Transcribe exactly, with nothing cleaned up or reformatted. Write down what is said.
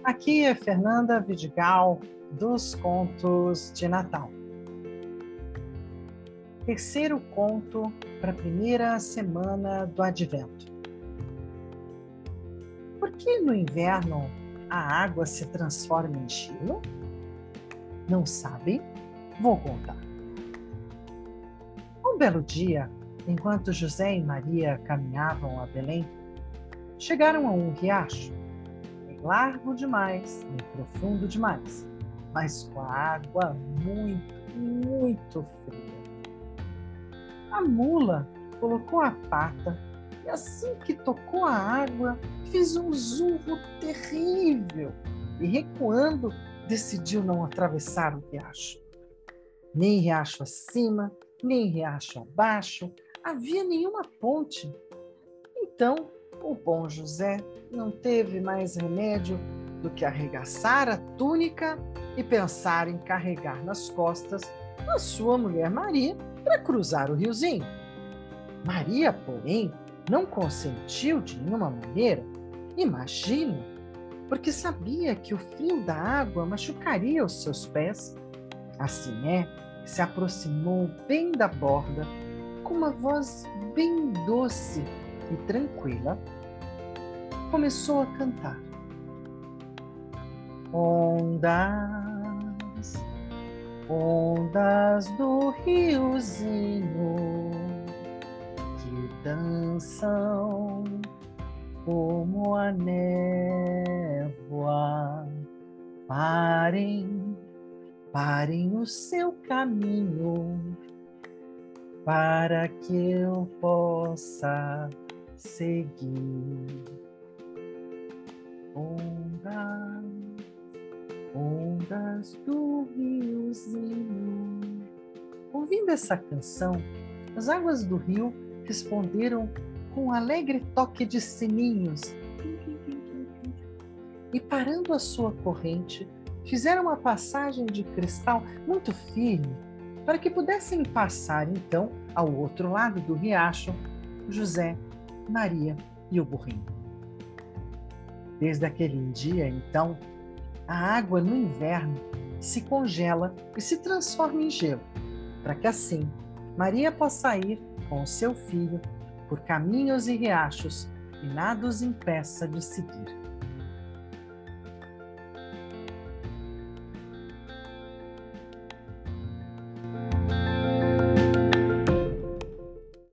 Aqui é Fernanda Vidigal, dos Contos de Natal. Terceiro conto para a primeira semana do Advento. Por que no inverno a água se transforma em gelo? Não sabem? Vou contar. Um belo dia, enquanto José e Maria caminhavam a Belém, chegaram a um riacho, nem largo demais, nem profundo demais, mas com a água muito, muito fria. A mula colocou a pata e assim que tocou a água, fez um zurro terrível e, recuando, decidiu não atravessar o riacho. Nem riacho acima, nem riacho abaixo, havia nenhuma ponte. Então, o bom José não teve mais remédio do que arregaçar a túnica e pensar em carregar nas costas a sua mulher Maria para cruzar o riozinho. Maria, porém, não consentiu de nenhuma maneira. Imagina, porque sabia que o frio da água machucaria os seus pés. Assim é, se aproximou bem da borda, com uma voz bem doce e tranquila, começou a cantar. Ondas, ondas do riozinho que dançam como a névoa, parem, parem o seu caminho para que eu possa seguir. Ondas, ondas do riozinho. Ouvindo essa canção, as águas do rio responderam com um alegre toque de sininhos e, parando a sua corrente, fizeram uma passagem de cristal muito firme para que pudessem passar então ao outro lado do riacho José, Maria e o burrinho. Desde aquele dia, então, a água no inverno se congela e se transforma em gelo, para que assim Maria possa ir com o seu filho por caminhos e riachos e nada os impeça de seguir.